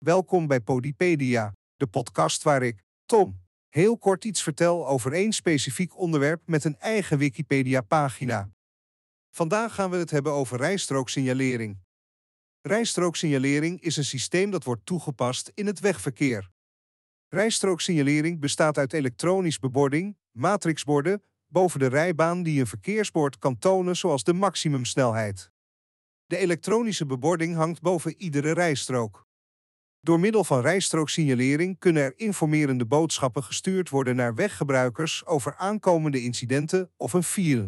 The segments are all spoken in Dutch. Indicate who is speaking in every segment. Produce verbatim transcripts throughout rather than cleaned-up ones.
Speaker 1: Welkom bij Podipedia, de podcast waar ik, Tom, heel kort iets vertel over één specifiek onderwerp met een eigen Wikipedia-pagina. Vandaag gaan we het hebben over rijstrooksignalering. Rijstrooksignalering is een systeem dat wordt toegepast in het wegverkeer. Rijstrooksignalering bestaat uit elektronisch bebording, matrixborden, boven de rijbaan die een verkeersbord kan tonen zoals de maximumsnelheid. De elektronische bebording hangt boven iedere rijstrook. Door middel van rijstrooksignalering kunnen er informerende boodschappen gestuurd worden naar weggebruikers over aankomende incidenten of een file.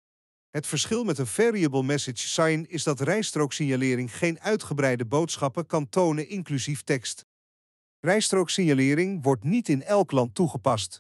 Speaker 1: Het verschil met een variable message sign is dat rijstrooksignalering geen uitgebreide boodschappen kan tonen inclusief tekst. Rijstrooksignalering wordt niet in elk land toegepast.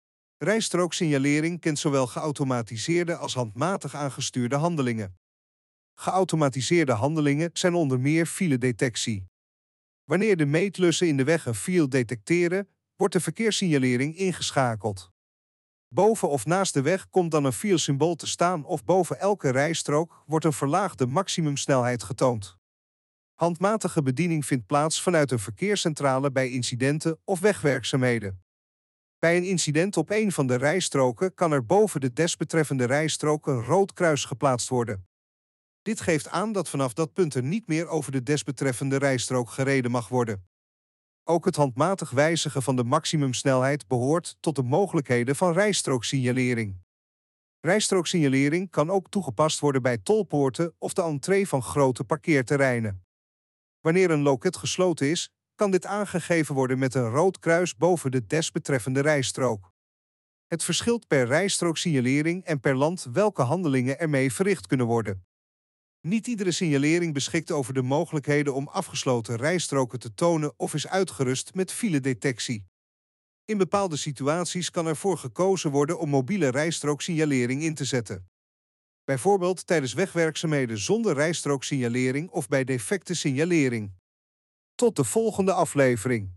Speaker 1: Rijstrooksignalering kent zowel geautomatiseerde als handmatig aangestuurde handelingen. Geautomatiseerde handelingen zijn onder meer filedetectie. Wanneer de meetlussen in de weg een file detecteren, wordt de verkeerssignalering ingeschakeld. Boven of naast de weg komt dan een filesymbool te staan of boven elke rijstrook wordt een verlaagde maximumsnelheid getoond. Handmatige bediening vindt plaats vanuit een verkeerscentrale bij incidenten of wegwerkzaamheden. Bij een incident op een van de rijstroken kan er boven de desbetreffende rijstrook een rood kruis geplaatst worden. Dit geeft aan dat vanaf dat punt er niet meer over de desbetreffende rijstrook gereden mag worden. Ook het handmatig wijzigen van de maximumsnelheid behoort tot de mogelijkheden van rijstrooksignalering. Rijstrooksignalering kan ook toegepast worden bij tolpoorten of de entree van grote parkeerterreinen. Wanneer een loket gesloten is, kan dit aangegeven worden met een rood kruis boven de desbetreffende rijstrook. Het verschilt per rijstrooksignalering en per land welke handelingen ermee verricht kunnen worden. Niet iedere signalering beschikt over de mogelijkheden om afgesloten rijstroken te tonen of is uitgerust met filedetectie. In bepaalde situaties kan ervoor gekozen worden om mobiele rijstrooksignalering in te zetten. Bijvoorbeeld tijdens wegwerkzaamheden zonder rijstrooksignalering of bij defecte signalering. Tot de volgende aflevering.